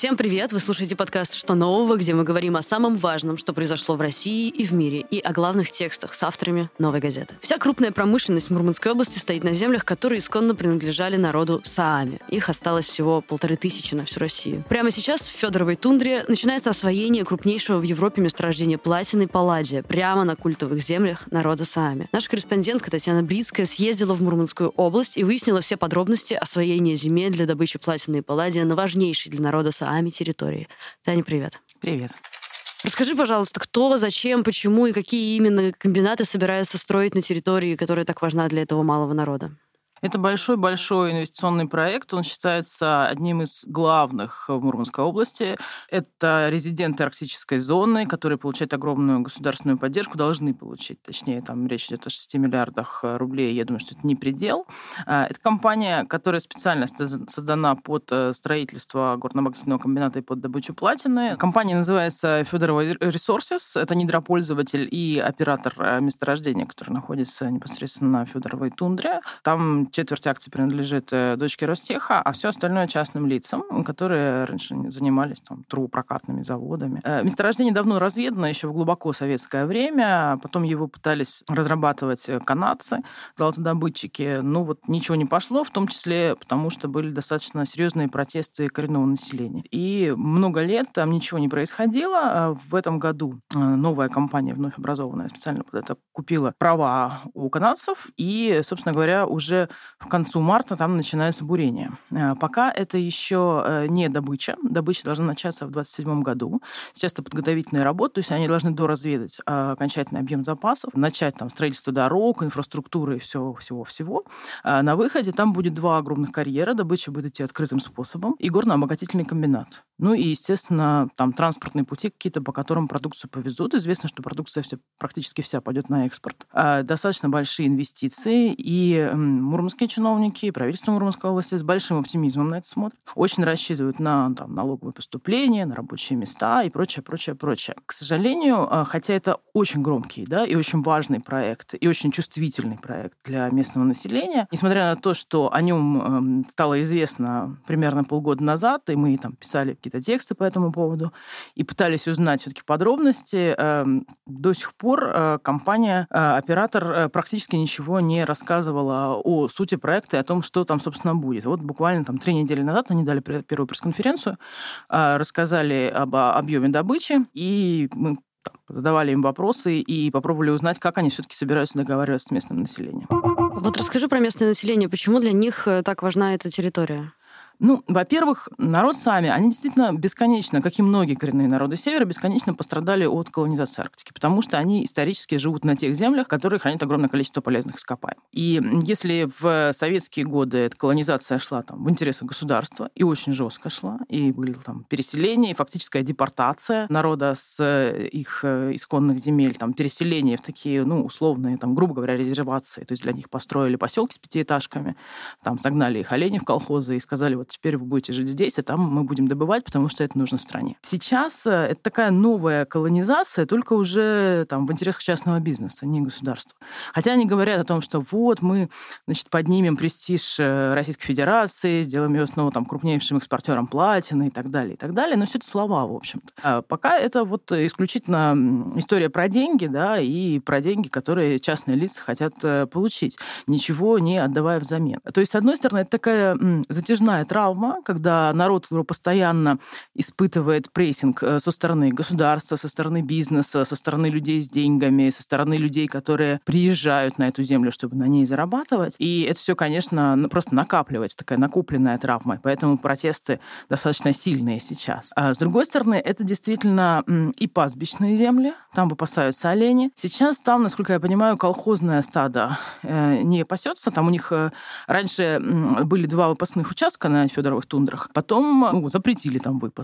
Всем привет! Вы слушаете подкаст «Что нового?», где мы говорим о самом важном, что произошло в России и в мире, и о главных текстах с авторами «Новой газеты». Вся крупная промышленность Мурманской области стоит на землях, которые исконно принадлежали народу Саами. Их осталось всего 1500 на всю Россию. Прямо сейчас в Федоровой тундре начинается освоение крупнейшего в Европе месторождения платины палладия прямо на культовых землях народа Саами. Наша корреспондентка Татьяна Брицкая съездила в Мурманскую область и выяснила все подробности освоения земель для добычи платины и палладия на важнейшей для народа Саами территории. Таня, привет. Привет. Расскажи, пожалуйста, кто, зачем, почему и какие именно комбинаты собираются строить на территории, которая так важна для этого малого народа? Это большой-большой инвестиционный проект. Он считается одним из главных в Мурманской области. Это резиденты арктической зоны, которые получают огромную государственную поддержку, должны получить. Точнее, там речь идет о 6 миллиардах рублей. Я думаю, что это не предел. Это компания, которая специально создана под строительство горно-обогатительного комбината и под добычу платины. Компания называется Федорова Resources. Это недропользователь и оператор месторождения, который находится непосредственно на Федоровой тундре. Там четверть акций принадлежит дочке Ростеха, а все остальное частным лицам, которые раньше занимались трубопрокатными заводами. Месторождение давно разведано, еще в глубоко советское время. Потом его пытались разрабатывать канадцы, золотодобытчики. Но вот ничего не пошло, в том числе потому, что были достаточно серьезные протесты коренного населения. И много лет там ничего не происходило. В этом году новая компания, вновь образованная, специально под это купила права у канадцев. И, собственно говоря, уже к концу марта там начинается бурение. Пока это еще не добыча. Добыча должна начаться в 2027 году. Сейчас это подготовительная работа, то есть они должны доразведать окончательный объем запасов, начать там строительство дорог, инфраструктуры и всего-всего. На выходе там будет 2 огромных карьера, добыча будет идти открытым способом, и горно-обогатительный комбинат. Ну и, естественно, там транспортные пути какие-то, по которым продукцию повезут. Известно, что продукция практически вся пойдет на экспорт. Достаточно большие инвестиции, и мурманские чиновники, и правительство Мурманской области с большим оптимизмом на это смотрят. Очень рассчитывают на налоговые поступления, на рабочие места и прочее. К сожалению, хотя это очень громкий, и очень важный проект, и очень чувствительный проект для местного населения, несмотря на то, что о нем стало известно примерно полгода назад, и мы там писали какие-то тексты по этому поводу, и пытались узнать все-таки подробности, до сих пор компания, оператор практически ничего не рассказывала о сути проекта и о том, что там, собственно, будет. Вот буквально 3 недели назад они дали первую пресс-конференцию, рассказали об объеме добычи, и мы задавали им вопросы и попробовали узнать, как они все-таки собираются договариваться с местным населением. Вот расскажи про местное население. Почему для них так важна эта территория? Во-первых, народ Саами, они действительно бесконечно, как и многие коренные народы Севера, бесконечно пострадали от колонизации Арктики, потому что они исторически живут на тех землях, которые хранят огромное количество полезных ископаемых. И если в советские годы эта колонизация шла в интересах государства, и очень жестко шла, и были переселения, и фактическая депортация народа с их исконных земель, переселение в такие, условные, грубо говоря, резервации, то есть для них построили поселки с 5-этажками, загнали их оленей в колхозы и сказали, вот теперь вы будете жить здесь, а там мы будем добывать, потому что это нужно стране. Сейчас это такая новая колонизация, только уже в интересах частного бизнеса, не государства. Хотя они говорят о том, что вот мы, поднимем престиж Российской Федерации, сделаем ее снова крупнейшим экспортером платины и так далее, но все это слова, в общем-то. А пока это исключительно история про деньги, и про деньги, которые частные лица хотят получить, ничего не отдавая взамен. То есть, с одной стороны, это такая затяжная травма, когда народ постоянно испытывает прессинг со стороны государства, со стороны бизнеса, со стороны людей с деньгами, со стороны людей, которые приезжают на эту землю, чтобы на ней зарабатывать. И это все, конечно, просто накапливается, такая накопленная травма. Поэтому протесты достаточно сильные сейчас. А с другой стороны, это действительно и пастбищные земли, там выпасаются олени. Сейчас там, насколько я понимаю, колхозное стадо не пасется. Там у них раньше были 2 выпасных участка на Федоровых тундрах. Потом запретили там выпас.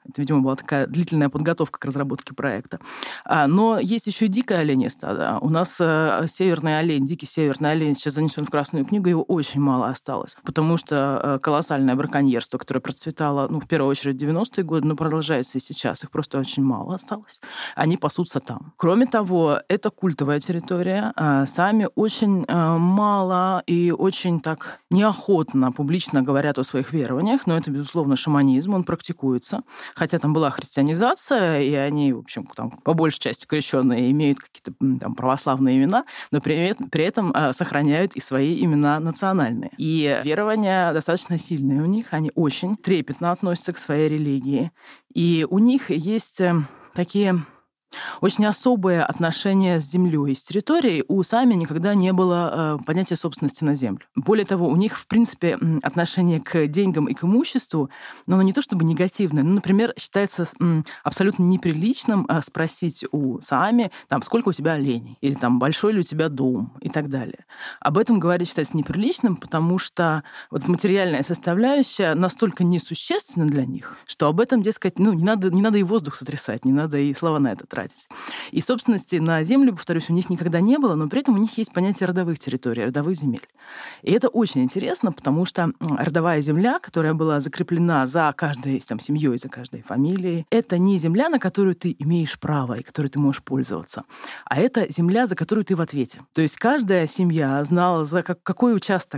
Это, видимо, была такая длительная подготовка к разработке проекта. Но есть еще и дикое оленье стадо. У нас северный олень, дикий северный олень сейчас занесен в Красную книгу, его очень мало осталось, потому что колоссальное браконьерство, которое процветало, в первую очередь, в 90-е годы, но продолжается и сейчас. Их просто очень мало осталось. Они пасутся там. Кроме того, это культовая территория. Сами очень мало и очень так неохотно публично говорят о своих верованиях, но это, безусловно, шаманизм, он практикуется. Хотя там была христианизация, и они, в общем, там, по большей части крещенные, имеют какие-то там православные имена, но при этом сохраняют и свои имена национальные. И верования достаточно сильные у них, они очень трепетно относятся к своей религии. И у них есть такие очень особое отношение с землей, с территорией. У сами никогда не было понятия собственности на землю. Более того, у них, в принципе, отношение к деньгам и к имуществу, но оно не то чтобы негативное. Например, считается абсолютно неприличным спросить у сами, сколько у тебя оленей, или большой ли у тебя дом, и так далее. Об этом говорить считается неприличным, потому что вот материальная составляющая настолько несущественна для них, что об этом, дескать, не надо и воздух сотрясать, не надо и слова на это тратить. И собственности на землю, повторюсь, у них никогда не было, но при этом у них есть понятие родовых территорий, родовых земель. И это очень интересно, потому что родовая земля, которая была закреплена за каждой семьей, за каждой фамилией, это не земля, на которую ты имеешь право и которой ты можешь пользоваться, а это земля, за которую ты в ответе. То есть каждая семья знала, за какой участок,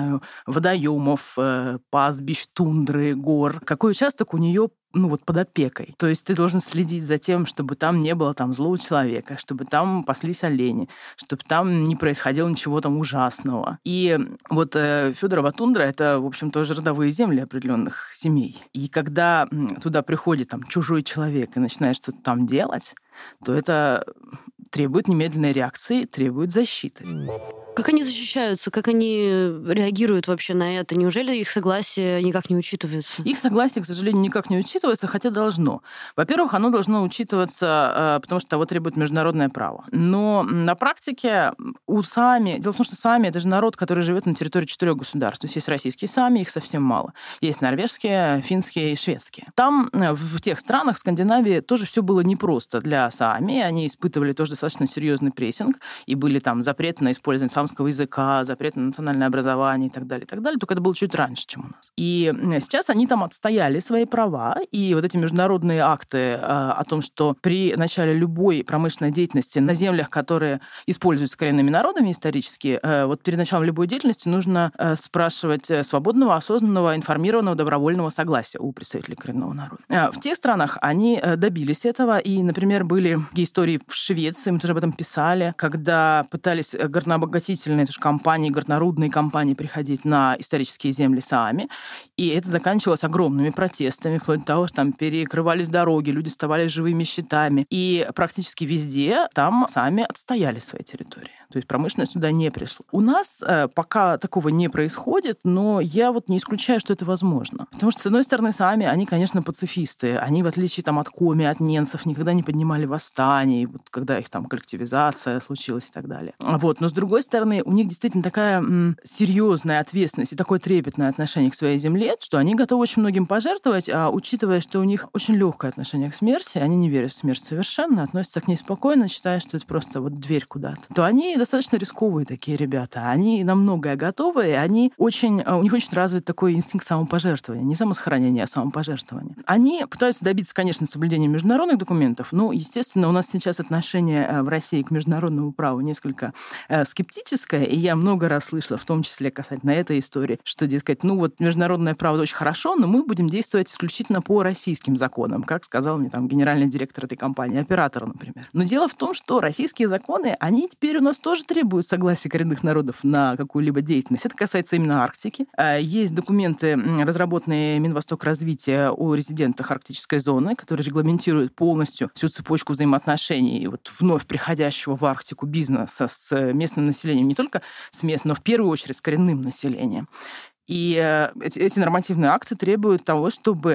водоемов, пастбищ, тундры, гор, какой участок у нее под опекой. То есть ты должен следить за тем, чтобы там не было злого человека, чтобы там паслись олени, чтобы там не происходило ничего ужасного. И вот Фёдорова тундра — это, в общем, тоже родовые земли определенных семей. И когда туда приходит чужой человек и начинает что-то там делать, то это требует немедленной реакции, требует защиты. Как они защищаются? Как они реагируют вообще на это? Неужели их согласие никак не учитывается? Их согласие, к сожалению, никак не учитывается, хотя должно. Во-первых, оно должно учитываться, потому что того требует международное право. Но на практике у сами... Дело в том, что сами — это же народ, который живет на территории 4 государств. То есть есть российские сами, их совсем мало. Есть норвежские, финские и шведские. Там, в тех странах, в Скандинавии, тоже все было непросто для сами. Они испытывали тоже достаточно серьезный прессинг, и были запреты на использование саамского языка, запрет на национальное образование и так далее, только это было чуть раньше, чем у нас. И сейчас они отстояли свои права, и вот эти международные акты о том, что при начале любой промышленной деятельности на землях, которые используются коренными народами исторически, вот перед началом любой деятельности нужно спрашивать свободного, осознанного, информированного, добровольного согласия у представителей коренного народа. В тех странах они добились этого, и, например, были истории в Швеции, мы тоже об этом писали, когда пытались горнообогатительные компании, горнорудные компании приходить на исторические земли сами. И это заканчивалось огромными протестами, вплоть до того, что перекрывались дороги, люди вставали живыми щитами. И практически везде там сами отстояли свои территории. То есть промышленность сюда не пришла. У нас пока такого не происходит, но я не исключаю, что это возможно. Потому что, с одной стороны, сами они, конечно, пацифисты. Они, в отличие от коми, от ненцев, никогда не поднимали восстаний, когда их коллективизация случилась и так далее. Но с другой стороны, у них действительно такая серьезная ответственность и такое трепетное отношение к своей земле, что они готовы очень многим пожертвовать, а учитывая, что у них очень легкое отношение к смерти, они не верят в смерть совершенно, относятся к ней спокойно, считая, что это просто дверь куда-то, то они достаточно рисковые такие ребята. Они на многое готовы, и у них очень развит такой инстинкт самопожертвования. Не самосохранения, а самопожертвования. Они пытаются добиться, конечно, соблюдения международных документов, но, естественно, у нас сейчас отношение в России к международному праву несколько скептическое, и я много раз слышала, в том числе касательно этой истории, что, дескать, международное право очень хорошо, но мы будем действовать исключительно по российским законам, как сказал мне генеральный директор этой компании, оператора, например. Но дело в том, что российские законы, они теперь у нас тоже требуют согласия коренных народов на какую-либо деятельность. Это касается именно Арктики. Есть документы, разработанные Минвостокразвития о резидентах арктической зоны, которые регламентируют полностью всю цепочку взаимоотношений вновь приходящего в Арктику бизнеса с местным населением, не только с местным, но в первую очередь с коренным населением. И эти нормативные акты требуют того, чтобы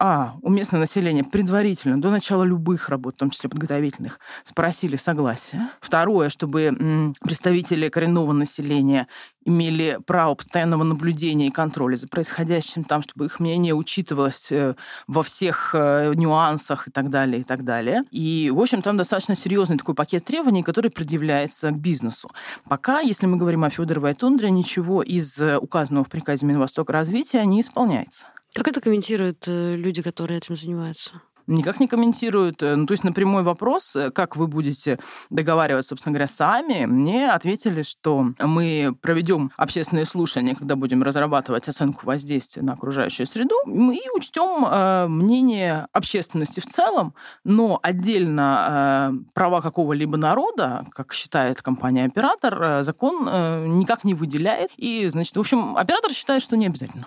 у местного населения предварительно, до начала любых работ, в том числе подготовительных, спросили согласие. Второе, чтобы представители коренного населения имели право постоянного наблюдения и контроля за происходящим там, чтобы их мнение учитывалось во всех нюансах и так далее, и так далее. И, в общем, там достаточно серьезный такой пакет требований, который предъявляется к бизнесу. Пока, если мы говорим о Фёдоровой тундре, ничего из указанного в приказе Минвостока развития не исполняется. Как это комментируют люди, которые этим занимаются? Никак не комментируют. То есть на прямой вопрос, как вы будете договариваться, собственно говоря, сами, мне ответили, что мы проведем общественные слушания, когда будем разрабатывать оценку воздействия на окружающую среду, и учтем мнение общественности в целом, но отдельно права какого-либо народа, как считает компания-оператор, закон никак не выделяет. И, значит, в общем, оператор считает, что не обязательно.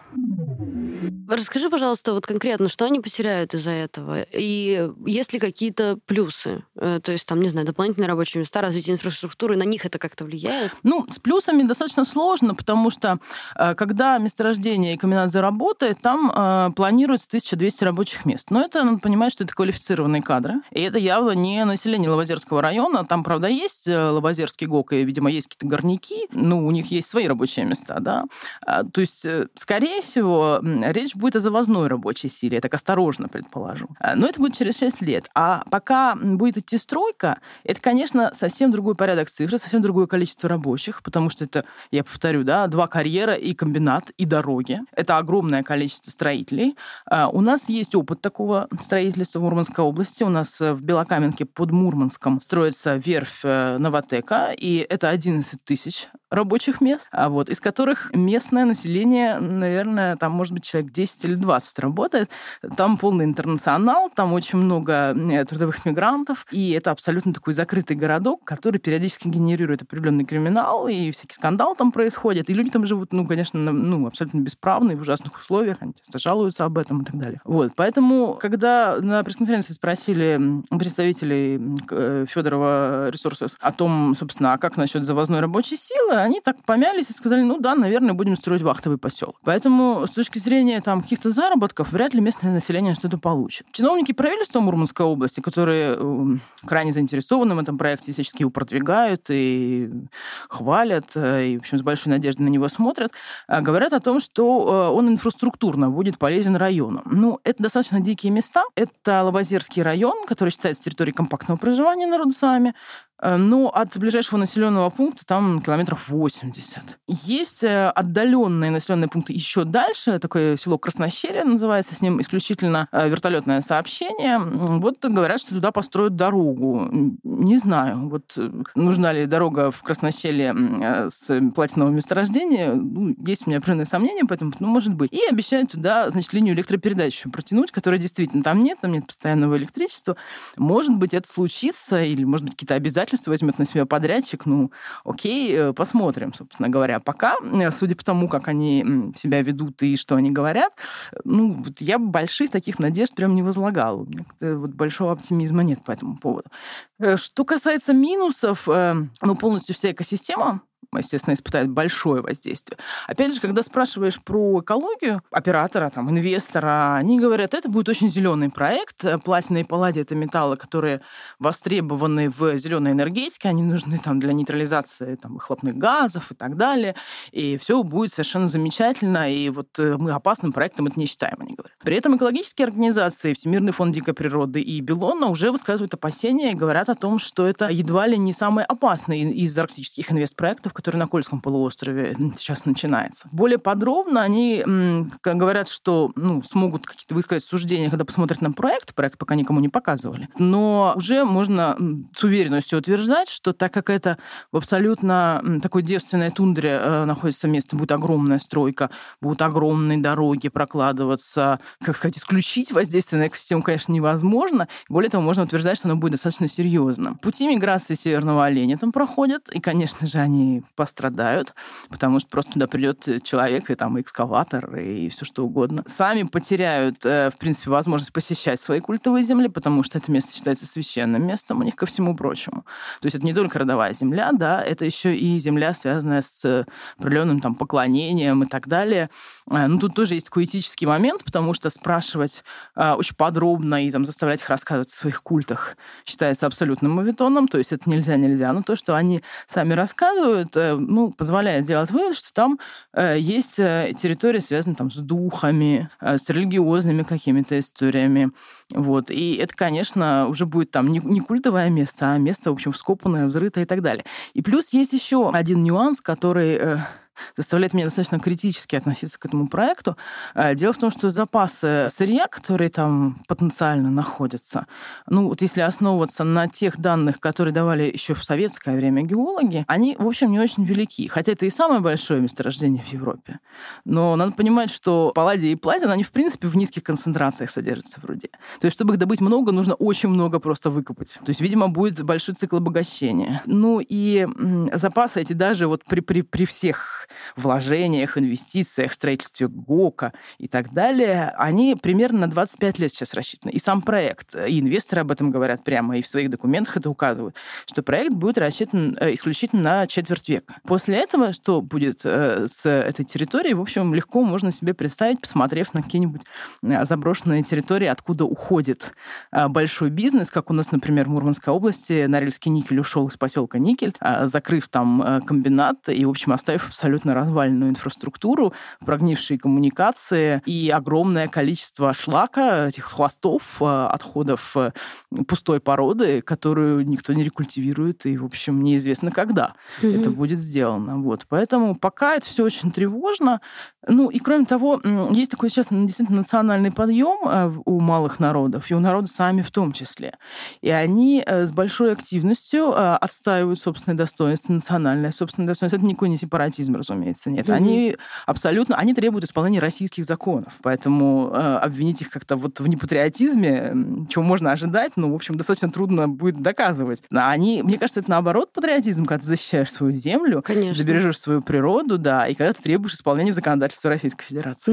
Расскажи, пожалуйста, вот конкретно, что они потеряют из-за этого? И есть ли какие-то плюсы? То есть, там, не знаю, дополнительные рабочие места, развитие инфраструктуры, на них это как-то влияет? С плюсами достаточно сложно, потому что когда месторождение и комбинат заработает, там планируется 1200 рабочих мест. Но это, надо понимать, что это квалифицированные кадры. И это явно не население Лобозерского района. Там, правда, есть Лобозерский ГОК, и, видимо, есть какие-то горняки. У них есть свои рабочие места, да. То есть, скорее всего, речь будет о завозной рабочей силе, я так осторожно предположу. Но это будет через 6 лет. А пока будет идти стройка, это, конечно, совсем другой порядок цифр, совсем другое количество рабочих, потому что это, я повторю, 2 карьера и комбинат, и дороги. Это огромное количество строителей. У нас есть опыт такого строительства в Мурманской области. У нас в Белокаменке под Мурманском строится верфь Новотека, и это 11 тысяч рабочих мест, из которых местное население, наверное, там, может быть, человек 10 или 20 работает. Там полный интернационал, там очень много трудовых мигрантов, и это абсолютно такой закрытый городок, который периодически генерирует определенный криминал, и всякий скандал там происходит, и люди там живут, конечно, абсолютно бесправно и в ужасных условиях, они часто жалуются об этом и так далее. Поэтому, когда на пресс-конференции спросили представителей Фёдорова Ресурсов о том, собственно, а как насчет завозной рабочей силы, они так помялись и сказали, наверное, будем строить вахтовый поселок. Поэтому с точки зрения каких-то заработков, вряд ли местное население что-то получит. Чиновники правительства Мурманской области, которые крайне заинтересованы в этом проекте, всячески его продвигают и хвалят, и, в общем, с большой надеждой на него смотрят, говорят о том, что он инфраструктурно будет полезен району. Это достаточно дикие места. Это Лобозерский район, который считается территорией компактного проживания народа сами. Но от ближайшего населенного пункта там километров 80. Есть отдаленные населенные пункты еще дальше, такое село Краснощелье называется, с ним исключительно вертолетное сообщение. Говорят, что туда построят дорогу. Не знаю, нужна ли дорога в Краснощелье с платинового месторождения. Есть у меня определенные сомнения, поэтому, может быть. И обещают туда, линию электропередач еще протянуть, которой действительно там нет постоянного электричества. Может быть, это случится, или, может быть, какие-то обязательства возьмет на себя подрядчик. Окей, посмотрим, собственно говоря. Пока, судя по тому, как они себя ведут и что они говорят, я бы больших таких надежд прям не возлагала. У меня большого оптимизма нет по этому поводу. Что касается минусов, полностью вся экосистема, естественно, испытает большое воздействие. Опять же, когда спрашиваешь про экологию оператора, инвестора, они говорят, это будет очень зеленый проект. Платина и палладий — это металлы, которые востребованы в зеленой энергетике, они нужны для нейтрализации выхлопных газов и так далее. И все будет совершенно замечательно, и мы опасным проектом это не считаем, они говорят. При этом экологические организации, Всемирный фонд дикой природы и Белона уже высказывают опасения и говорят о том, что это едва ли не самый опасный из арктических инвестпроектов, который на Кольском полуострове сейчас начинается. Более подробно они говорят, что смогут какие-то высказать суждения, когда посмотрят на проект. Проект пока никому не показывали. Но уже можно с уверенностью утверждать, что так как это в абсолютно такой девственной тундре находится место, будет огромная стройка, будут огромные дороги прокладываться, исключить воздействие на экосистему, конечно, невозможно. Более того, можно утверждать, что оно будет достаточно серьезным. Пути миграции северного оленя там проходят, и, конечно же, они пострадают, потому что просто туда придет человек, и там экскаватор, и все что угодно. Сами потеряют, в принципе, возможность посещать свои культовые земли, потому что это место считается священным местом у них, ко всему прочему. То есть это не только родовая земля, да, это еще и земля, связанная с определенным там поклонением и так далее. Ну, тут тоже есть такой этический момент, потому что спрашивать очень подробно и там заставлять их рассказывать о своих культах считается абсолютным моветоном, то есть это нельзя. Но то, что они сами рассказывают, позволяет делать вывод, что там есть территория, связанная там с духами, с религиозными какими-то историями. Вот. И это, конечно, уже будет там не культовое место, а место, в общем, вскопанное, взрытое и так далее. И плюс есть еще один нюанс, который заставляет меня достаточно критически относиться к этому проекту. Дело в том, что запасы сырья, которые там потенциально находятся, если основываться на тех данных, которые давали еще в советское время геологи, они, в общем, не очень велики. Хотя это и самое большое месторождение в Европе. Но надо понимать, что палладий и платин, они, в принципе, в низких концентрациях содержатся в руде. То есть, чтобы их добыть много, нужно очень много просто выкопать. То есть, видимо, будет большой цикл обогащения. И запасы эти даже вот при всех вложениях, инвестициях, строительстве ГОКа и так далее, они примерно на 25 лет сейчас рассчитаны. И сам проект, и инвесторы об этом говорят прямо, и в своих документах это указывают, что проект будет рассчитан исключительно на четверть века. После этого что будет с этой территорией, в общем, легко можно себе представить, посмотрев на какие-нибудь заброшенные территории, откуда уходит большой бизнес, как у нас, например, в Мурманской области Норильский никель ушел из поселка Никель, закрыв там комбинат и, в общем, оставив абсолютно разваленную инфраструктуру, прогнившие коммуникации и огромное количество шлака, этих хвостов, отходов пустой породы, которую никто не рекультивирует, и, в общем, неизвестно, когда это будет сделано. Вот. Поэтому пока это все очень тревожно. И, кроме того, есть такой сейчас действительно национальный подъем у малых народов, и у народа сами в том числе. И они с большой активностью отстаивают собственное достоинство, национальное собственное достоинство. Это никакой не сепаратизм, разумеется, нет. Они требуют исполнения российских законов. Поэтому обвинить их как-то вот в непатриотизме, чего можно ожидать, в общем, достаточно трудно будет доказывать. Мне кажется, это наоборот патриотизм, когда ты защищаешь свою землю, бережешь свою природу, да, и когда ты требуешь исполнения законодательства Российской Федерации.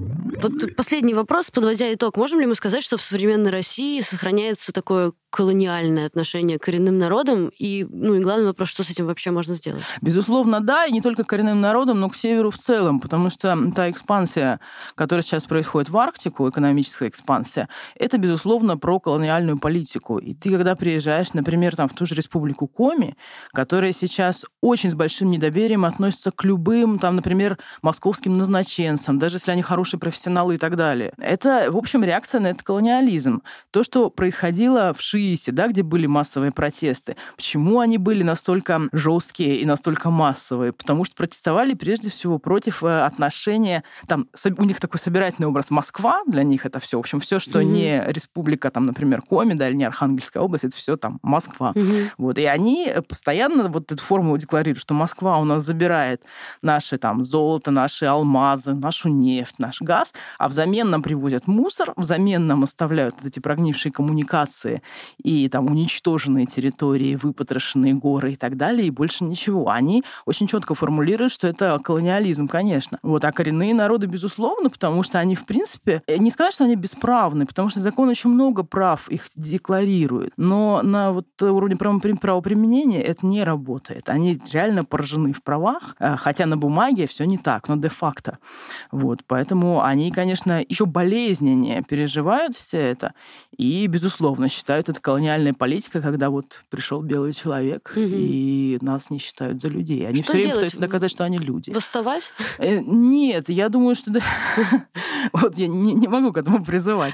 Вот последний вопрос, подводя итог. Можем ли мы сказать, что в современной России сохраняется такое колониальное отношение к коренным народам? И главный вопрос, что с этим вообще можно сделать? Безусловно, да, и не только к коренным народам, но к северу в целом, потому что та экспансия, которая сейчас происходит в Арктику, экономическая экспансия, это, безусловно, про колониальную политику. И ты, когда приезжаешь, например, в ту же республику Коми, которая сейчас очень с большим недоверием относится к любым, например, московским назначенцам, даже если они хорошие профессионалы и так далее. Это, в общем, реакция на этот колониализм. То, что происходило в Шиисе, да, где были массовые протесты. Почему они были настолько жесткие и настолько массовые? Потому что протестовали прежде всего против отношения... у них такой собирательный образ Москва, для них это все. В общем, все, что не республика, например, Коми, да, или не Архангельская область, это все Москва. Вот. И они постоянно вот эту формулу декларируют, что Москва у нас забирает наше золото, наши алмазы, нашу нефть, наш газ, а взамен нам привозят мусор, взамен нам оставляют эти прогнившие коммуникации и уничтоженные территории, выпотрошенные горы и так далее, и больше ничего. Они очень четко формулируют, что это колониализм, конечно. Вот. А коренные народы, безусловно, потому что они, в принципе, не сказать, что они бесправны, потому что закон очень много прав их декларирует, но на уровне правоприменения это не работает. Они реально поражены в правах, хотя на бумаге все не так, но де-факто. Вот. Поэтому они, конечно, еще болезненнее переживают все это и, безусловно, считают это колониальная политика, когда пришел белый человек, и нас не считают за людей. Они все время пытаются доказать, что они люди. Восставать? Нет, я думаю, что... Я не могу к этому призывать.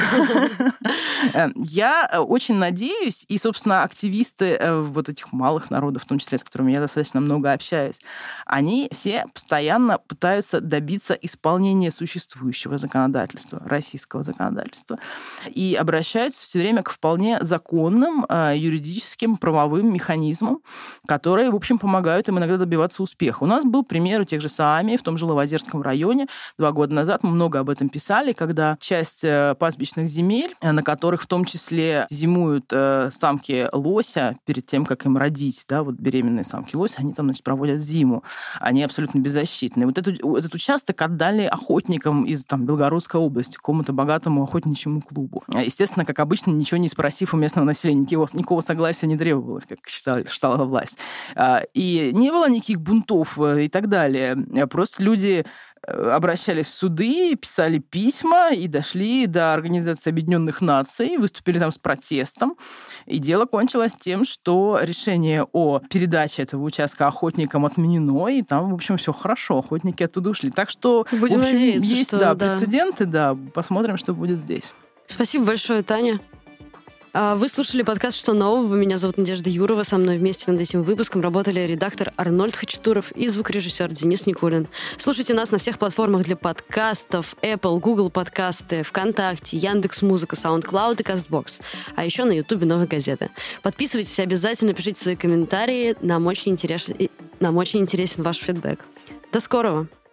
Я очень надеюсь, и, собственно, активисты этих малых народов, в том числе, с которыми я достаточно много общаюсь, они все постоянно пытаются добиться исполнения существующего законодательства, российского законодательства, и обращаются все время к вполне законным юридическим правовым механизмам, которые, в общем, помогают им иногда добиваться успеха. У нас был пример у тех же Саами в том же Ловозерском районе 2 года назад. Мы много об этом писали, когда часть пастбищных земель, на которых которых в том числе зимуют самки лося перед тем, как им родить. Да, вот беременные самки лося, они там, значит, проводят зиму. Они абсолютно беззащитные. Вот этот участок отдали охотникам из там, Белгородской области, какому-то богатому охотничьему клубу. Естественно, как обычно, ничего не спросив у местного населения, никакого согласия не требовалось, как считала власть. И не было никаких бунтов и так далее. Просто люди обращались в суды, писали письма и дошли до Организации Объединенных Наций, выступили там с протестом. И дело кончилось тем, что решение о передаче этого участка охотникам отменено, и там, в общем, все хорошо, охотники оттуда ушли. Так что, будем в общем, надеяться, есть что, прецеденты, посмотрим, что будет здесь. Спасибо большое, Таня. Вы слушали подкаст «Что нового?». Меня зовут Надежда Юрова. Со мной вместе над этим выпуском работали редактор Арнольд Хачатуров и звукорежиссер Денис Никулин. Слушайте нас на всех платформах для подкастов: Apple, Google подкасты, ВКонтакте, Яндекс.Музыка, SoundCloud и CastBox. А еще на Ютубе «Новой газеты». Подписывайтесь обязательно, пишите свои комментарии. Нам очень интересен ваш фидбэк. До скорого!